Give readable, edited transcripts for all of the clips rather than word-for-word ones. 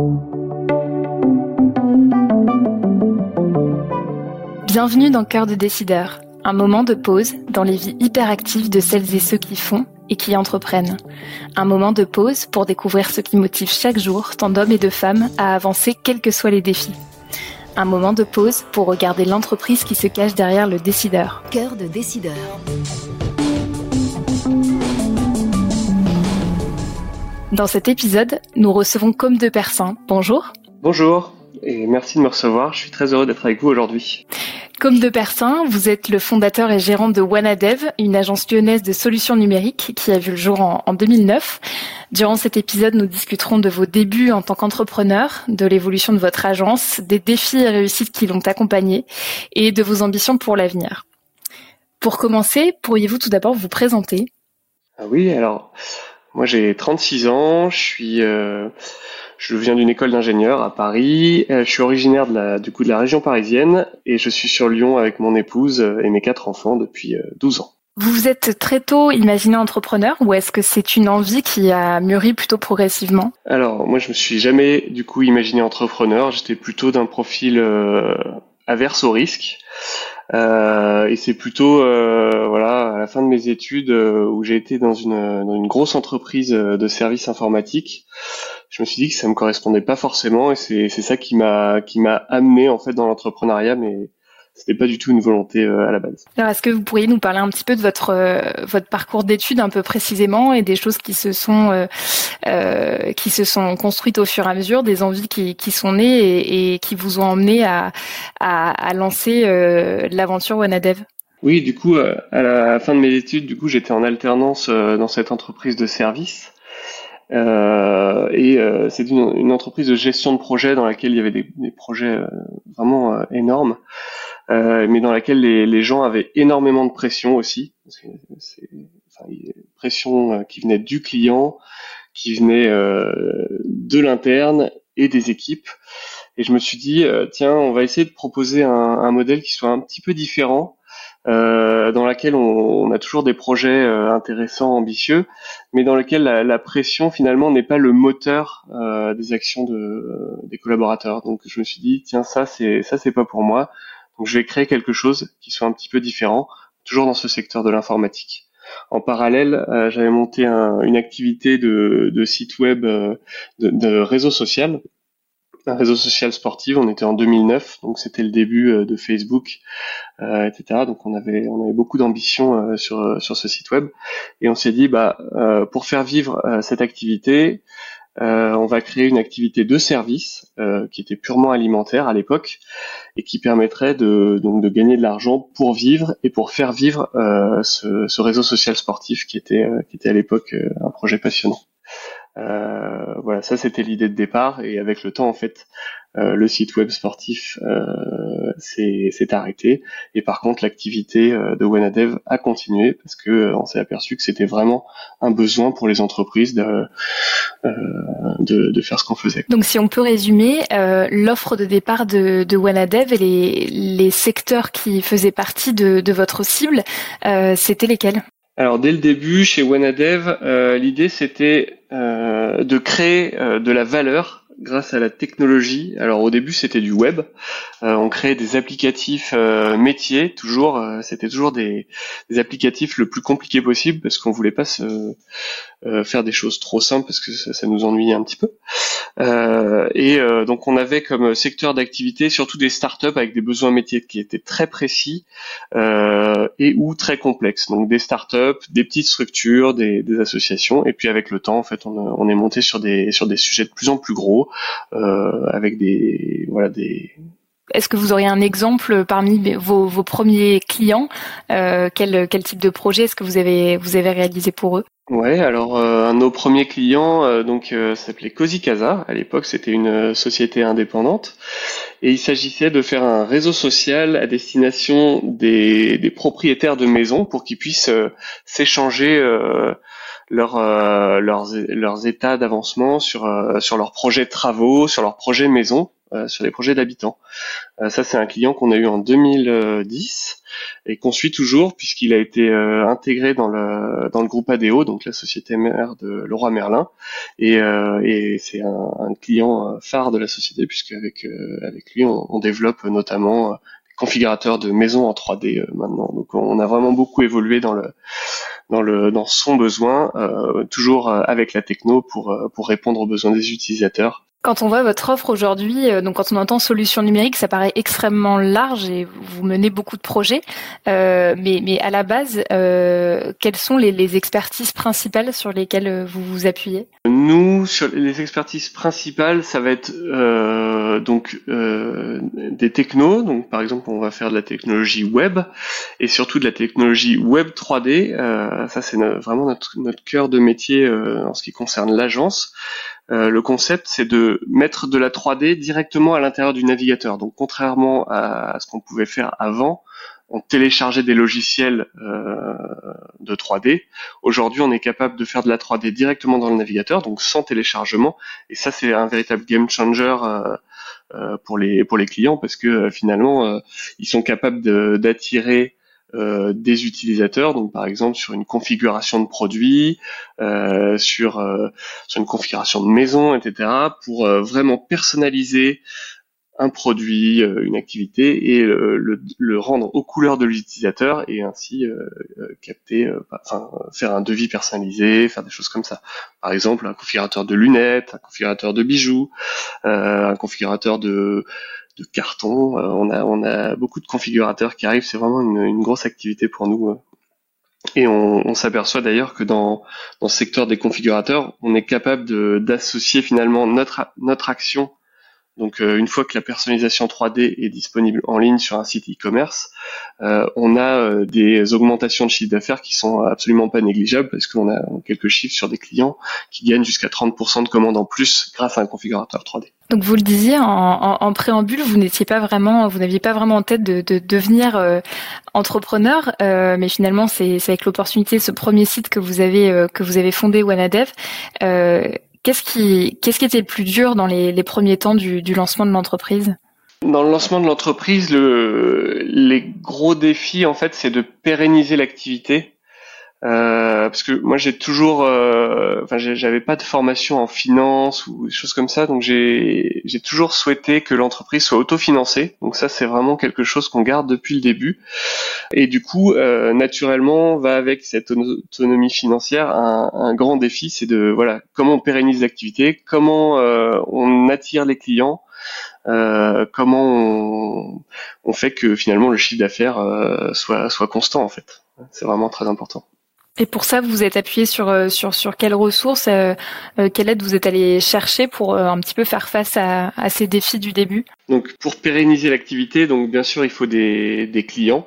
Bienvenue dans Cœur de décideur, un moment de pause dans les vies hyperactives de celles et ceux qui font et qui entreprennent. Un moment de pause pour découvrir ce qui motive chaque jour tant d'hommes et de femmes à avancer quels que soient les défis. Un moment de pause pour regarder l'entreprise qui se cache derrière le décideur. Cœur de décideur. Dans cet épisode, nous recevons Côme de Persin. Bonjour. Bonjour, et merci de me recevoir. Je suis très heureux d'être avec vous aujourd'hui. Côme de Persin, vous êtes le fondateur et gérant de Wanadev, une agence lyonnaise de solutions numériques qui a vu le jour en 2009. Durant cet épisode, nous discuterons de vos débuts en tant qu'entrepreneur, de l'évolution de votre agence, des défis et réussites qui l'ont accompagné et de vos ambitions pour l'avenir. Pour commencer, pourriez-vous tout d'abord vous présenter ? Oui, alors, moi j'ai 36 ans, je viens d'une école d'ingénieur à Paris, je suis originaire de la région parisienne et je suis sur Lyon avec mon épouse et mes 4 enfants depuis 12 ans. Vous vous êtes très tôt imaginé entrepreneur ou est-ce que c'est une envie qui a mûri plutôt progressivement ? Alors, moi je me suis jamais imaginé entrepreneur, j'étais plutôt d'un profil averse au risque. Et c'est plutôt à la fin de mes études où j'ai été dans une grosse entreprise de services informatiques. Je me suis dit que ça me correspondait pas forcément et c'est ça qui m'a amené en fait dans l'entrepreneuriat, mais c'était pas du tout une volonté à la base. Alors, est-ce que vous pourriez nous parler un petit peu de votre parcours d'études un peu précisément et des choses qui se sont construites au fur et à mesure, des envies qui sont nées et qui vous ont emmené à lancer l'aventure Wanadev ? Oui, du coup, à la fin de mes études, j'étais en alternance dans cette entreprise de services. C'est une entreprise de gestion de projet dans laquelle il y avait des projets vraiment énormes, mais dans laquelle les gens avaient énormément de pression aussi. Pression qui venait du client, qui venait de l'interne et des équipes. Et je me suis dit, tiens, on va essayer de proposer un modèle qui soit un petit peu différent, dans laquelle on a toujours des projets intéressants, ambitieux, mais dans lequel la pression finalement n'est pas le moteur des actions des collaborateurs. Donc je me suis dit tiens, ça c'est pas pour moi. Donc je vais créer quelque chose qui soit un petit peu différent, toujours dans ce secteur de l'informatique. En parallèle, j'avais monté une activité de site web, de réseau social. Un réseau social sportif, on était en 2009, donc c'était le début de Facebook, etc. Donc on avait beaucoup d'ambition sur ce site web, et on s'est dit pour faire vivre cette activité, on va créer une activité de service qui était purement alimentaire à l'époque et qui permettrait de gagner de l'argent pour vivre et pour faire vivre ce réseau social sportif qui était à l'époque un projet passionnant. Ça c'était l'idée de départ, et avec le temps en fait le site web sportif s'est arrêté, et par contre l'activité de Wanadev a continué parce que on s'est aperçu que c'était vraiment un besoin pour les entreprises de faire ce qu'on faisait. Donc si on peut résumer, l'offre de départ de Wanadev et les secteurs qui faisaient partie de votre cible, c'était lesquels ? Alors dès le début chez Wanadev, l'idée c'était de créer de la valeur grâce à la technologie. Alors au début c'était du web, on créait des applicatifs métiers, c'était toujours des applicatifs le plus compliqué possible parce qu'on voulait pas faire des choses trop simples parce que ça nous ennuyait un petit peu. Donc on avait comme secteur d'activité surtout des startups avec des besoins métiers qui étaient très précis et ou très complexes. Donc des startups, des petites structures, des associations, et puis avec le temps en fait on est monté sur des sujets de plus en plus gros avec des. Est-ce que vous auriez un exemple parmi vos premiers clients ? Quel type de projet est-ce que vous avez réalisé pour eux ? Ouais, alors un de nos premiers clients s'appelait Cozy Casa. À l'époque, c'était une société indépendante et il s'agissait de faire un réseau social à destination des propriétaires de maisons pour qu'ils puissent s'échanger leurs états d'avancement sur leurs projets de travaux, sur leurs projets maison. sur les projets d'habitants. Ça, c'est un client qu'on a eu en 2010 et qu'on suit toujours puisqu'il a été intégré dans le groupe ADO, donc la société mère de Leroy Merlin, et c'est un client phare de la société puisque avec lui, on développe notamment configurateurs de maisons en 3D maintenant. Donc, on a vraiment beaucoup évolué dans son besoin, toujours avec la techno pour répondre aux besoins des utilisateurs. Quand on voit votre offre aujourd'hui, donc quand on entend solution numérique, ça paraît extrêmement large et vous menez beaucoup de projets. Mais à la base, quelles sont les expertises principales sur lesquelles vous vous appuyez ? Nous, sur les expertises principales, ça va être des technos. Donc, par exemple, on va faire de la technologie web et surtout de la technologie web 3D. Ça, c'est vraiment notre cœur de métier en ce qui concerne l'agence. Le concept, c'est de mettre de la 3D directement à l'intérieur du navigateur. Donc, contrairement à ce qu'on pouvait faire avant, on téléchargeait des logiciels de 3D. Aujourd'hui, on est capable de faire de la 3D directement dans le navigateur, donc sans téléchargement. Et ça, c'est un véritable game changer pour les clients parce que finalement, ils sont capables d'attirer des utilisateurs, donc par exemple sur une configuration de produit, sur une configuration de maison, etc., pour vraiment personnaliser un produit, une activité et le rendre aux couleurs de l'utilisateur et ainsi faire un devis personnalisé, faire des choses comme ça. Par exemple, un configurateur de lunettes, un configurateur de bijoux, un configurateur de carton. On a beaucoup de configurateurs qui arrivent. C'est vraiment une grosse activité pour nous. Et on s'aperçoit d'ailleurs que dans ce secteur des configurateurs, on est capable d'associer finalement notre action. Donc une fois que la personnalisation 3D est disponible en ligne sur un site e-commerce, on a des augmentations de chiffre d'affaires qui sont absolument pas négligeables parce qu'on a quelques chiffres sur des clients qui gagnent jusqu'à 30% de commandes en plus grâce à un configurateur 3D. Donc vous le disiez en préambule, vous n'aviez pas vraiment en tête de devenir entrepreneur, mais finalement c'est avec l'opportunité, ce premier site que vous avez fondé Wanadev. Qu'est-ce qui était le plus dur dans les premiers temps du lancement de l'entreprise ? Dans le lancement de l'entreprise, les gros défis en fait, c'est de pérenniser l'activité. Parce que moi j'ai toujours, j'avais pas de formation en finance ou des choses comme ça, donc j'ai toujours souhaité que l'entreprise soit autofinancée. Donc ça c'est vraiment quelque chose qu'on garde depuis le début. Et du coup, naturellement, va avec cette autonomie financière un grand défi, c'est de comment on pérennise l'activité, comment on attire les clients. Comment on fait que finalement le chiffre d'affaires soit constant en fait. C'est vraiment très important. Et pour ça, vous vous êtes appuyé sur quelles ressources, quelle aide vous êtes allé chercher pour un petit peu faire face à ces défis du début ? Donc pour pérenniser l'activité, donc bien sûr il faut des clients.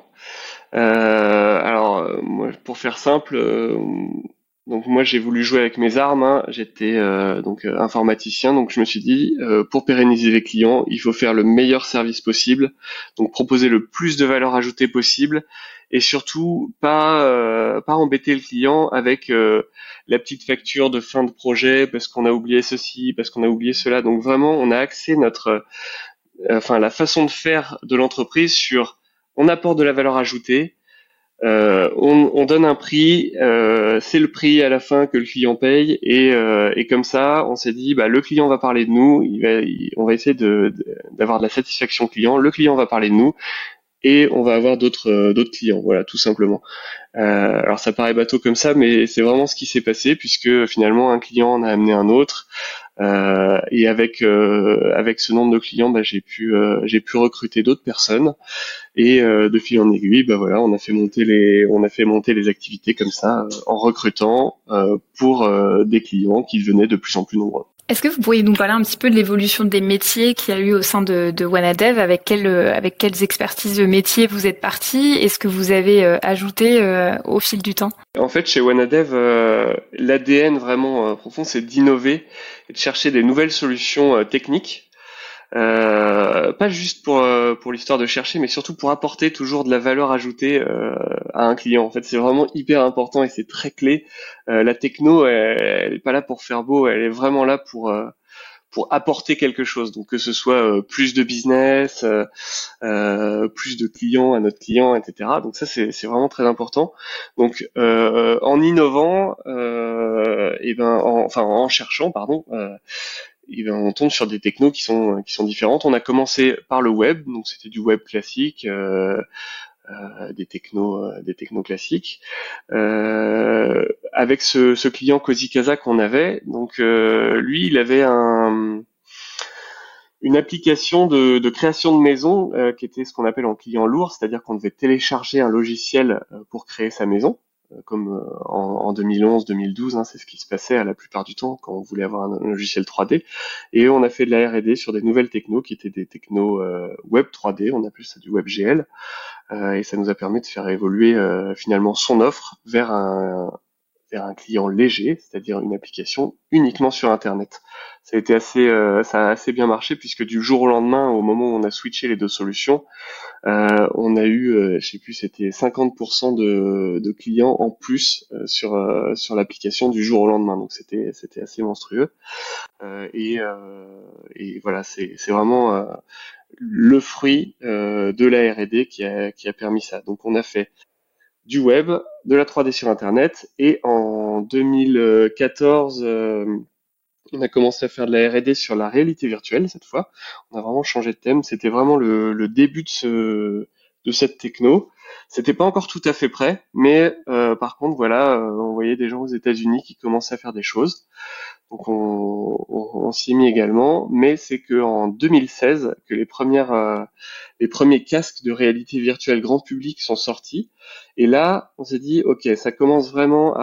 Moi, pour faire simple, donc moi j'ai voulu jouer avec mes armes. Hein. J'étais informaticien, donc je me suis dit pour pérenniser les clients, il faut faire le meilleur service possible, donc proposer le plus de valeur ajoutée possible. Et surtout pas embêter le client avec la petite facture de fin de projet parce qu'on a oublié ceci, parce qu'on a oublié cela. Donc vraiment, on a axé la façon de faire de l'entreprise sur on apporte de la valeur ajoutée, on donne un prix, c'est le prix à la fin que le client paye et comme ça, on s'est dit le client va parler de nous, on va essayer d'avoir de la satisfaction client, le client va parler de nous. Et on va avoir d'autres clients, voilà, tout simplement. Alors ça paraît bateau comme ça, mais c'est vraiment ce qui s'est passé puisque finalement un client en a amené un autre. Et avec ce nombre de clients, j'ai pu recruter d'autres personnes. Et de fil en aiguille, on a fait monter les activités comme ça en recrutant pour des clients qui devenaient de plus en plus nombreux. Est-ce que vous pourriez nous parler un petit peu de l'évolution des métiers qu'il y a eu au sein de Wanadev, avec quelles expertises de métiers vous êtes partis et ce que vous avez ajouté au fil du temps ? En fait, chez Wanadev, l'ADN vraiment profond, c'est d'innover et de chercher des nouvelles solutions techniques. Pas juste pour l'histoire de chercher, mais surtout pour apporter toujours de la valeur ajoutée à un client. En fait, c'est vraiment hyper important et c'est très clé. La techno, elle est pas là pour faire beau, elle est vraiment là pour pour apporter quelque chose. Donc que ce soit plus de business, plus de clients à notre client, etc. Donc ça c'est vraiment très important. Donc en innovant, en cherchant, pardon. Et ben, on tombe sur des technos qui sont différentes. On a commencé par le web, donc c'était du web classique, des technos classiques. Avec ce client Cozy Casa qu'on avait, donc lui, il avait une application de création de maison qui était ce qu'on appelle en client lourd, c'est-à-dire qu'on devait télécharger un logiciel pour créer sa maison, comme en 2011-2012, hein, c'est ce qui se passait à la plupart du temps quand on voulait avoir un logiciel 3D. Et on a fait de la R&D sur des nouvelles technos qui étaient des technos web 3D, on appelle ça du WebGL, et ça nous a permis de faire évoluer finalement son offre vers un client léger, c'est-à-dire une application uniquement sur Internet. Ça a été ça a assez bien marché puisque du jour au lendemain, au moment où on a switché les deux solutions, on a eu, je sais plus, c'était 50% de clients en plus sur l'application du jour au lendemain. Donc c'était assez monstrueux. Et voilà, c'est vraiment le fruit de la R&D qui a permis ça. Donc on a fait du web, de la 3D sur Internet, et en 2014, on a commencé à faire de la R&D sur la réalité virtuelle cette fois. On a vraiment changé de thème. C'était vraiment le début de cette techno. C'était pas encore tout à fait prêt, mais par contre, voilà, on voyait des gens aux États-Unis qui commençaient à faire des choses. Donc on s'y est mis également, mais c'est que en 2016 que les premiers casques de réalité virtuelle grand public sont sortis. Et là, on s'est dit, ok, ça commence vraiment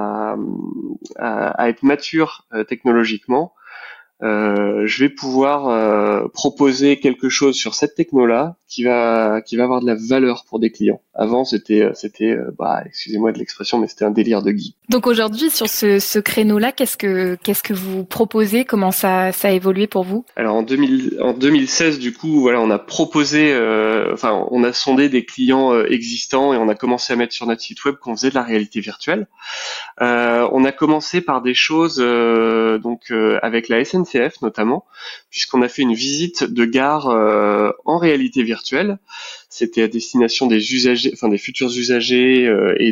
à être mature technologiquement. Je vais pouvoir proposer quelque chose sur cette techno-là qui va avoir de la valeur pour des clients. Avant, c'était excusez-moi de l'expression, mais c'était un délire de geek. Donc aujourd'hui, sur ce créneau-là, qu'est-ce que vous proposez? Comment ça a évolué pour vous? Alors en 2016, du coup, voilà, on a proposé, on a sondé des clients existants et on a commencé à mettre sur notre site web qu'on faisait de la réalité virtuelle. On a commencé par des choses avec la SNCF notamment, puisqu'on a fait une visite de gare en réalité virtuelle. C'était à destination des usagers, enfin des futurs usagers et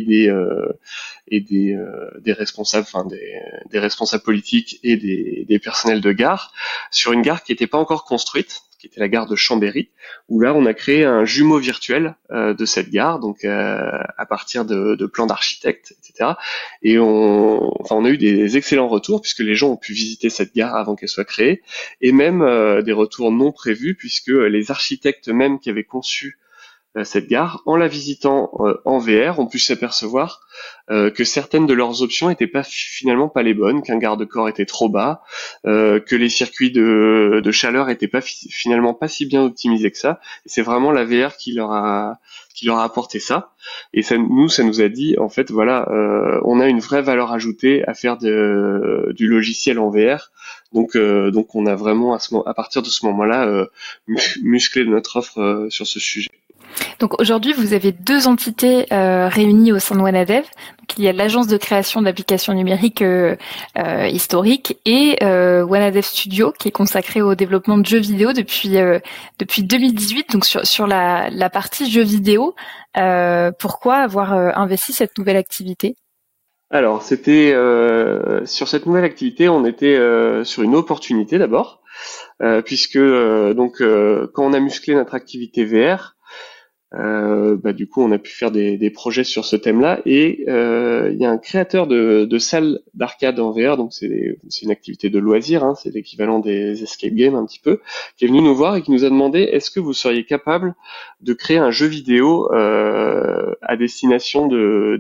des responsables, des responsables politiques et des personnels de gare, sur une gare qui n'était pas encore construite, qui était la gare de Chambéry, où là on a créé un jumeau virtuel de cette gare, donc à partir de plans d'architectes, etc. Et on a eu des excellents retours puisque les gens ont pu visiter cette gare avant qu'elle soit créée, et même des retours non prévus puisque les architectes même qui avaient conçu cette gare, en la visitant en VR, ont pu s'apercevoir que certaines de leurs options étaient finalement pas les bonnes, qu'un garde-corps était trop bas, que les circuits de chaleur étaient finalement pas si bien optimisés que ça. Et c'est vraiment la VR qui leur a apporté ça. Et ça nous a dit, en fait, voilà, on a une vraie valeur ajoutée à faire du logiciel en VR. Donc on a vraiment à partir de ce moment-là musclé notre offre sur ce sujet. Donc aujourd'hui, vous avez deux entités réunies au sein de WANADEV. Donc il y a l'agence de création d'applications numériques historique et WANADEV Studio qui est consacré au développement de jeux vidéo depuis 2018. Donc sur la partie jeux vidéo, pourquoi avoir investi cette nouvelle activité? Alors c'était sur cette nouvelle activité, on était sur une opportunité d'abord, puisque quand on a musclé notre activité VR, du coup on a pu faire des projets sur ce thème-là, et il y a un créateur de salles d'arcade en VR, donc c'est une activité de loisir, hein, c'est l'équivalent des escape games un petit peu, qui est venu nous voir et qui nous a demandé est-ce que vous seriez capable de créer un jeu vidéo à destination de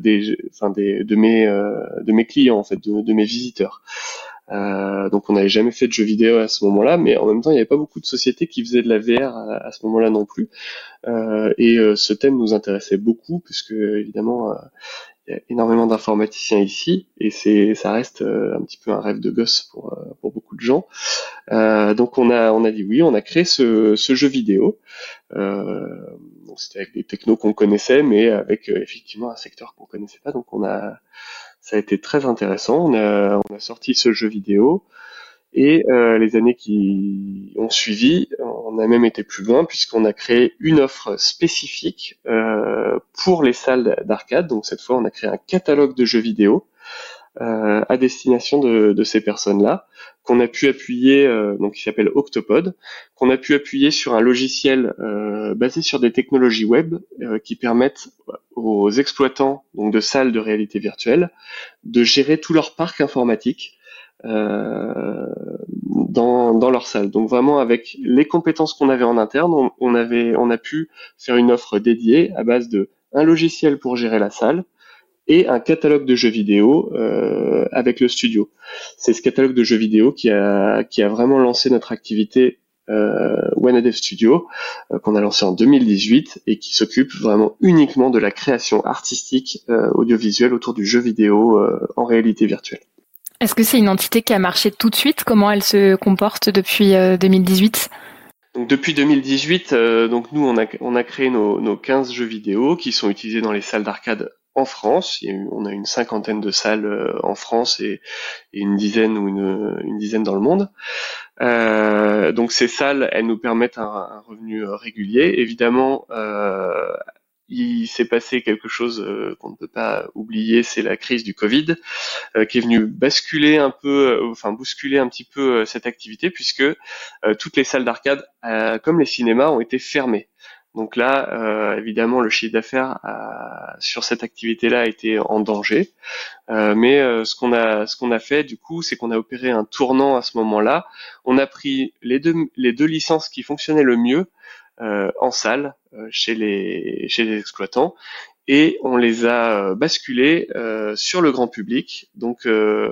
mes clients, en fait, de mes visiteurs. Donc on n'avait jamais fait de jeux vidéo à ce moment-là, mais en même temps il n'y avait pas beaucoup de sociétés qui faisaient de la VR à ce moment-là non plus. Ce thème nous intéressait beaucoup puisque évidemment il y a énormément d'informaticiens ici et ça reste un petit peu un rêve de gosse pour beaucoup de gens. Donc on a dit oui, on a créé ce jeu vidéo. Donc c'était avec des technos qu'on connaissait, mais avec effectivement un secteur qu'on connaissait pas. Donc ça a été très intéressant. On a sorti ce jeu vidéo Et les années qui ont suivi, on a même été plus loin puisqu'on a créé une offre spécifique pour les salles d'arcade. Donc cette fois, on a créé un catalogue de jeux vidéo à destination de ces personnes-là, qu'on a pu appuyer, donc qui s'appelle Octopod, qu'on a pu appuyer sur un logiciel basé sur des technologies web qui permettent aux exploitants donc de salles de réalité virtuelle de gérer tout leur parc informatique dans leur salle. Donc vraiment avec les compétences qu'on avait en interne, on a pu faire une offre dédiée à base de un logiciel pour gérer la salle et un catalogue de jeux vidéo avec le studio. C'est ce catalogue de jeux vidéo qui a vraiment lancé notre activité OneAdev Studio, qu'on a lancé en 2018 et qui s'occupe vraiment uniquement de la création artistique audiovisuelle autour du jeu vidéo en réalité virtuelle. Est-ce que c'est une entité qui a marché tout de suite? Comment elle se comporte depuis 2018? Donc depuis 2018, donc nous on a créé nos 15 jeux vidéo qui sont utilisés dans les salles d'arcade en France. On a une cinquantaine de salles en France et une dizaine ou une dizaine dans le monde. Donc ces salles, elles nous permettent un revenu régulier. Évidemment, il s'est passé quelque chose qu'on ne peut pas oublier, c'est la crise du Covid, qui est venue bousculer un petit peu cette activité, puisque toutes les salles d'arcade, comme les cinémas, ont été fermées. Donc là, évidemment, le chiffre d'affaires sur cette activité-là a été en danger. Mais ce qu'on a fait du coup, c'est qu'on a opéré un tournant à ce moment-là. On a pris les deux licences qui fonctionnaient le mieux en salle chez les exploitants et on les a basculés sur le grand public, donc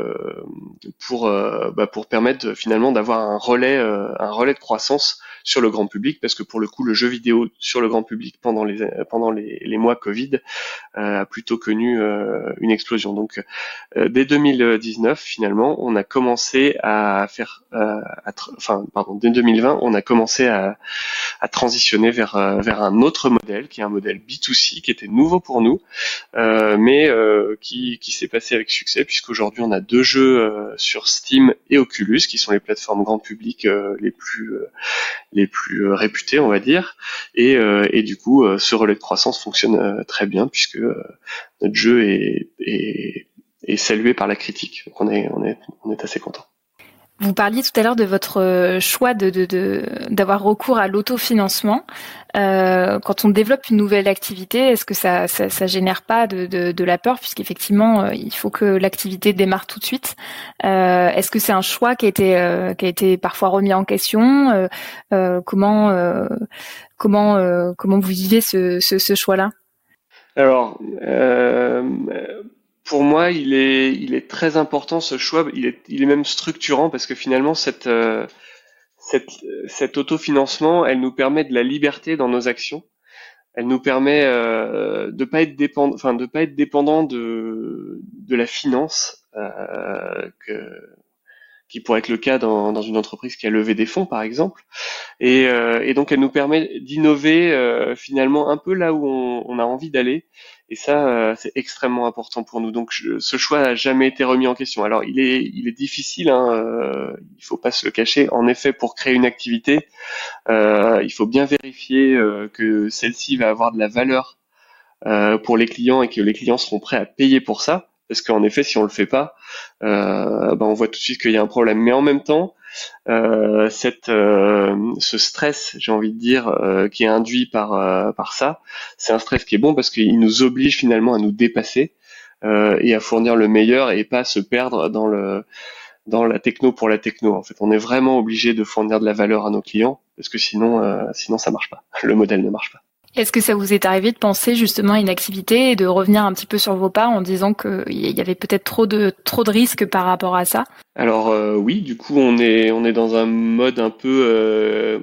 pour permettre finalement d'avoir un relais de croissance sur le grand public, parce que pour le coup le jeu vidéo sur le grand public pendant les mois Covid a plutôt connu une explosion. Donc dès 2019 finalement on a commencé à faire dès 2020 on a commencé à transitionner vers un autre modèle qui est un modèle B2C qui était nouveau pour nous, mais qui s'est passé avec succès, puisqu'aujourd'hui on a 2 jeux sur Steam et Oculus, qui sont les plateformes grand public les plus réputées, on va dire, et du coup ce relais de croissance fonctionne très bien, puisque notre jeu est salué par la critique. Donc on est assez content. Vous parliez tout à l'heure de votre choix d'avoir recours à l'autofinancement. Quand on développe une nouvelle activité, est-ce que ça génère pas de la peur, puisqu'effectivement il faut que l'activité démarre tout de suite. Est-ce que c'est un choix qui a été parfois remis en question? Comment vous vivez ce choix-là? Alors, pour moi, il est très important ce choix. Il est même structurant, parce que finalement, cet autofinancement, elle nous permet de la liberté dans nos actions. Elle nous permet de pas être dépendant de la finance, qui pourrait être le cas dans une entreprise qui a levé des fonds, par exemple. Et donc, elle nous permet d'innover finalement un peu là où on a envie d'aller. Et ça, c'est extrêmement important pour nous. Donc, ce choix n'a jamais été remis en question. Alors, il est difficile, hein, il faut pas se le cacher. En effet, pour créer une activité, il faut bien vérifier que celle-ci va avoir de la valeur pour les clients et que les clients seront prêts à payer pour ça. Parce qu'en effet, si on le fait pas, on voit tout de suite qu'il y a un problème. Mais en même temps, ce stress, j'ai envie de dire, qui est induit par ça, c'est un stress qui est bon, parce qu'il nous oblige finalement à nous dépasser et à fournir le meilleur, et pas se perdre dans la techno pour la techno. En fait, on est vraiment obligé de fournir de la valeur à nos clients, parce que sinon ça marche pas. Le modèle ne marche pas. Est-ce que ça vous est arrivé de penser justement à une activité et de revenir un petit peu sur vos pas en disant qu'il y avait peut-être trop de risques par rapport à ça? Alors oui, du coup on est dans un mode un peu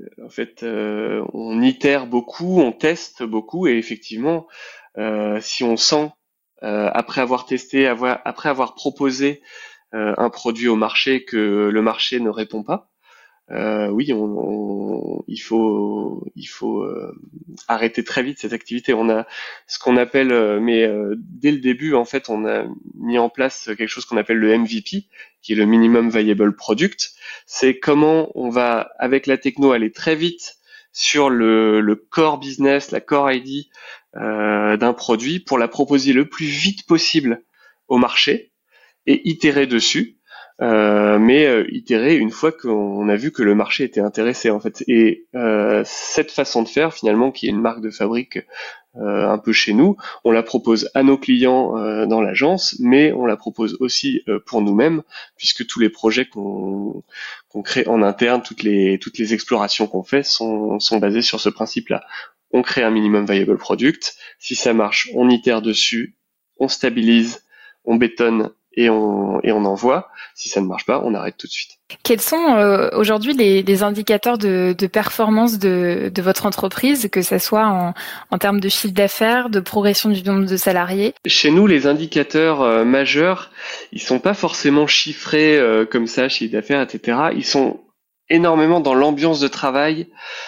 on itère beaucoup, on teste beaucoup, et effectivement si on sent après avoir testé, après avoir proposé un produit au marché, que le marché ne répond pas, oui, il faut arrêter très vite cette activité. On a ce qu'on appelle, dès le début, en fait, on a mis en place quelque chose qu'on appelle le MVP, qui est le Minimum Viable Product. C'est comment on va, avec la techno, aller très vite sur le core business, la core ID d'un produit pour la proposer le plus vite possible au marché et itérer dessus. Itérer une fois qu'on a vu que le marché était intéressé en fait. Et cette façon de faire finalement, qui est une marque de fabrique un peu chez nous, on la propose à nos clients dans l'agence, mais on la propose aussi pour nous-mêmes, puisque tous les projets qu'on crée en interne, toutes les explorations qu'on fait sont basées sur ce principe-là. On crée un minimum viable product. Si ça marche, on itère dessus, on stabilise, on bétonne et on envoie. Si ça ne marche pas, on arrête tout de suite. Quels sont aujourd'hui les indicateurs de performance de votre entreprise, que ça soit en termes de chiffre d'affaires, de progression du nombre de salariés? Chez nous, les indicateurs majeurs, ils sont pas forcément chiffrés comme ça, chiffre d'affaires, etc. Ils sont énormément dans l'ambiance de travail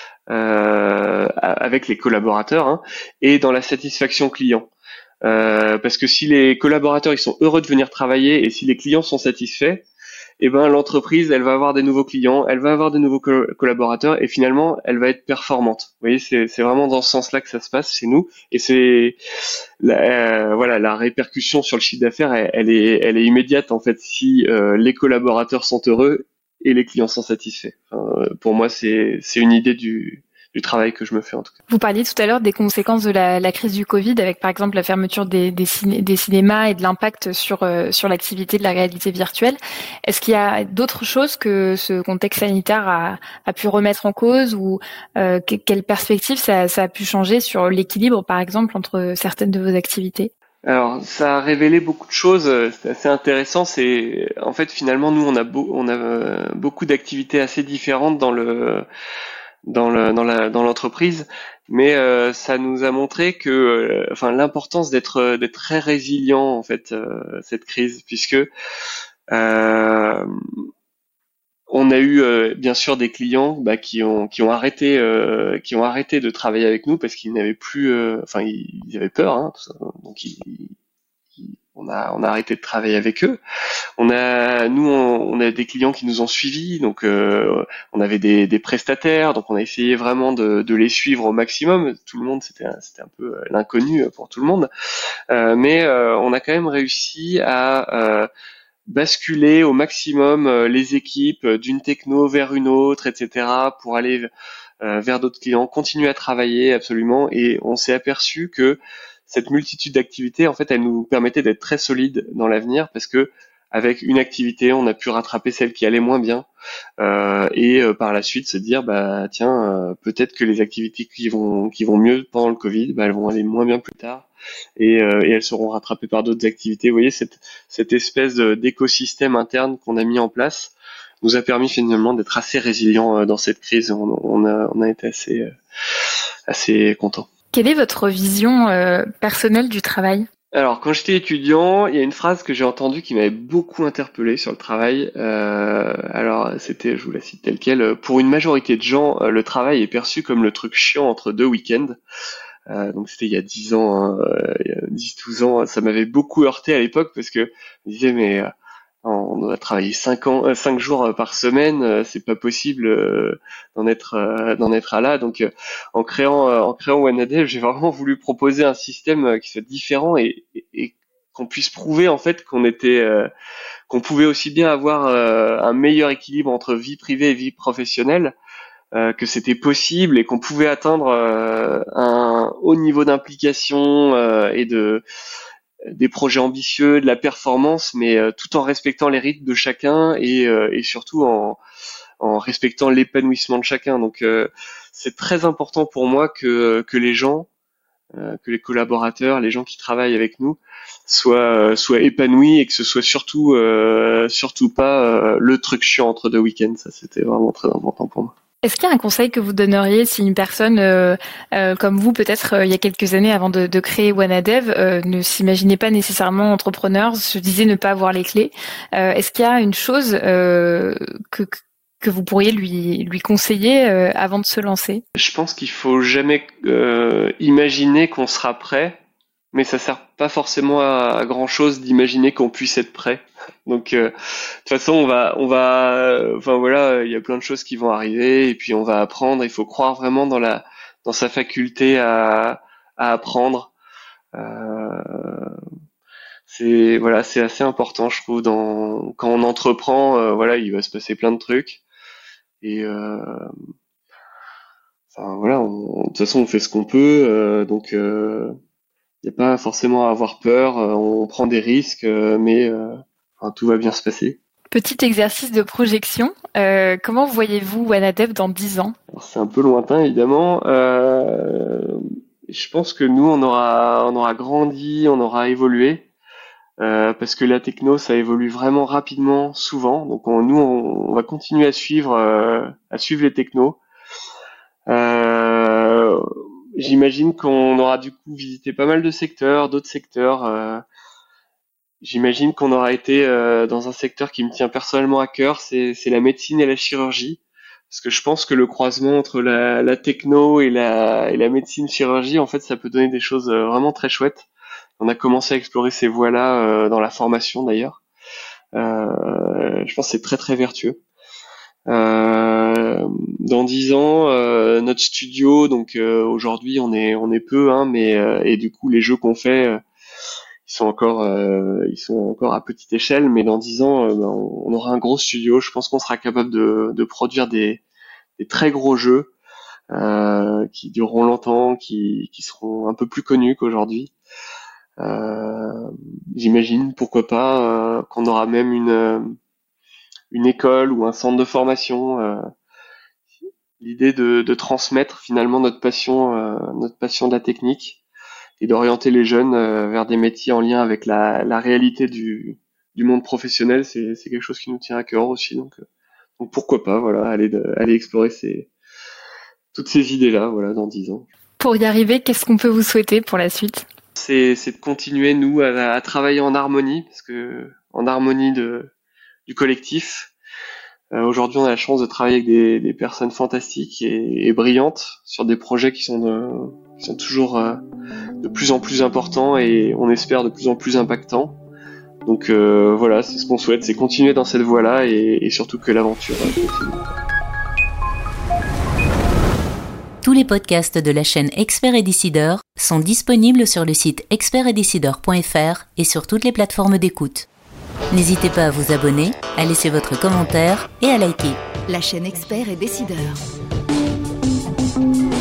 avec les collaborateurs et dans la satisfaction client. Parce que si les collaborateurs ils sont heureux de venir travailler et si les clients sont satisfaits, eh ben l'entreprise elle va avoir des nouveaux clients, elle va avoir de nouveaux collaborateurs et finalement elle va être performante. Vous voyez, c'est vraiment dans ce sens-là que ça se passe chez nous et c'est la répercussion sur le chiffre d'affaires elle est immédiate en fait si les collaborateurs sont heureux et les clients sont satisfaits. Pour moi c'est une idée du travail que je me fais en tout cas. Vous parliez tout à l'heure des conséquences de la crise du Covid avec par exemple la fermeture des cinémas et de l'impact sur l'activité de la réalité virtuelle. Est-ce qu'il y a d'autres choses que ce contexte sanitaire a pu remettre en cause ou quelle perspective ça a pu changer sur l'équilibre par exemple entre certaines de vos activités? Alors, ça a révélé beaucoup de choses. C'est assez intéressant. C'est en fait finalement nous on a beaucoup d'activités assez différentes dans l'entreprise, mais ça nous a montré que l'importance d'être très résilient en fait cette crise, puisque on a eu bien sûr des clients qui ont arrêté de travailler avec nous parce qu'ils n'avaient plus ils avaient peur tout ça. Donc on a arrêté de travailler avec eux. On a des clients qui nous ont suivis, donc on avait des prestataires, donc on a essayé vraiment de les suivre au maximum. Tout le monde, c'était un peu l'inconnu pour tout le monde, mais on a quand même réussi à basculer au maximum les équipes d'une techno vers une autre, etc., pour aller vers d'autres clients, continuer à travailler absolument, et on s'est aperçu que cette multitude d'activités, en fait, elle nous permettait d'être très solides dans l'avenir parce que avec une activité, on a pu rattraper celle qui allait moins bien et par la suite se dire peut-être que les activités qui vont mieux pendant le Covid, elles vont aller moins bien plus tard et elles seront rattrapées par d'autres activités. Vous voyez, cette espèce d'écosystème interne qu'on a mis en place nous a permis finalement d'être assez résilients dans cette crise. On a été assez contents. Quelle est votre vision personnelle du travail ? Alors, quand j'étais étudiant, il y a une phrase que j'ai entendue qui m'avait beaucoup interpellé sur le travail. Alors, c'était, je vous la cite telle quelle, pour une majorité de gens, le travail est perçu comme le truc chiant entre deux week-ends. Donc, c'était il y a 10 ans, il y a 10-12 ans. Ça m'avait beaucoup heurté à l'époque parce que je me disais, mais on doit travailler 5 jours par semaine, c'est pas possible d'en être à là. Donc en créant OneAdev, j'ai vraiment voulu proposer un système qui soit différent et qu'on puisse prouver en fait qu'on pouvait aussi bien avoir un meilleur équilibre entre vie privée et vie professionnelle, que c'était possible et qu'on pouvait atteindre un haut niveau d'implication et des projets ambitieux, de la performance, mais tout en respectant les rythmes de chacun et surtout en respectant l'épanouissement de chacun. Donc c'est très important pour moi que les gens, que les collaborateurs, les gens qui travaillent avec nous soient épanouis et que ce soit surtout pas le truc chiant entre deux week-ends. Ça, c'était vraiment très important pour moi. Est-ce qu'il y a un conseil que vous donneriez si une personne comme vous, peut-être il y a quelques années avant de créer OneAdev, ne s'imaginait pas nécessairement entrepreneur, se disait ne pas avoir les clés? Est-ce qu'il y a une chose que que vous pourriez lui conseiller avant de se lancer? Je pense qu'il faut jamais imaginer qu'on sera prêt, mais ça sert pas forcément à grand chose d'imaginer qu'on puisse être prêt. Donc de toute façon enfin voilà, il y a plein de choses qui vont arriver et puis on va apprendre. Il faut croire vraiment dans sa faculté à apprendre. C'est assez important, je trouve, quand on entreprend. Voilà, il va se passer plein de trucs et enfin voilà, de toute façon on fait ce qu'on peut, donc il n'y a pas forcément à avoir peur. On prend des risques, mais enfin, tout va bien se passer. Petit exercice de projection. Comment voyez-vous Wanadev dans 10 ans? Alors, c'est un peu lointain, évidemment. Je pense que nous, on aura grandi, on aura évolué, parce que la techno, ça évolue vraiment rapidement, souvent. Donc, on va continuer à suivre les technos. J'imagine qu'on aura du coup visité pas mal de secteurs, d'autres secteurs. J'imagine qu'on aura été dans un secteur qui me tient personnellement à cœur, c'est la médecine et la chirurgie, parce que je pense que le croisement entre la techno et la médecine chirurgie, en fait, ça peut donner des choses vraiment très chouettes. On a commencé à explorer ces voies-là dans la formation d'ailleurs. Je pense que c'est très très vertueux. Dans 10 ans, notre studio, donc aujourd'hui on est peu, hein, mais et du coup les jeux qu'on fait, ils sont encore à petite échelle, mais dans 10 ans, on aura un gros studio. Je pense qu'on sera capable de produire des très gros jeux qui dureront longtemps, qui seront un peu plus connus qu'aujourd'hui. J'imagine, pourquoi pas, qu'on aura même une école ou un centre de formation. L'idée de transmettre finalement notre passion de la technique et d'orienter les jeunes vers des métiers en lien avec la réalité du monde professionnel, c'est quelque chose qui nous tient à cœur aussi. Donc pourquoi pas, voilà, aller explorer toutes ces idées-là, voilà, dans 10 ans. Pour y arriver, qu'est-ce qu'on peut vous souhaiter pour la suite? C'est de continuer, nous, à travailler en harmonie, parce que en harmonie du collectif. Aujourd'hui, on a la chance de travailler avec des personnes fantastiques et brillantes sur des projets qui sont toujours de plus en plus importants et on espère de plus en plus impactants. Donc voilà, c'est ce qu'on souhaite, c'est continuer dans cette voie-là et surtout que l'aventure continue. Tous les podcasts de la chaîne Expert et Décideur sont disponibles sur le site expertetdecideur.fr et sur toutes les plateformes d'écoute. N'hésitez pas à vous abonner, à laisser votre commentaire et à liker. La chaîne Expert et Décideur.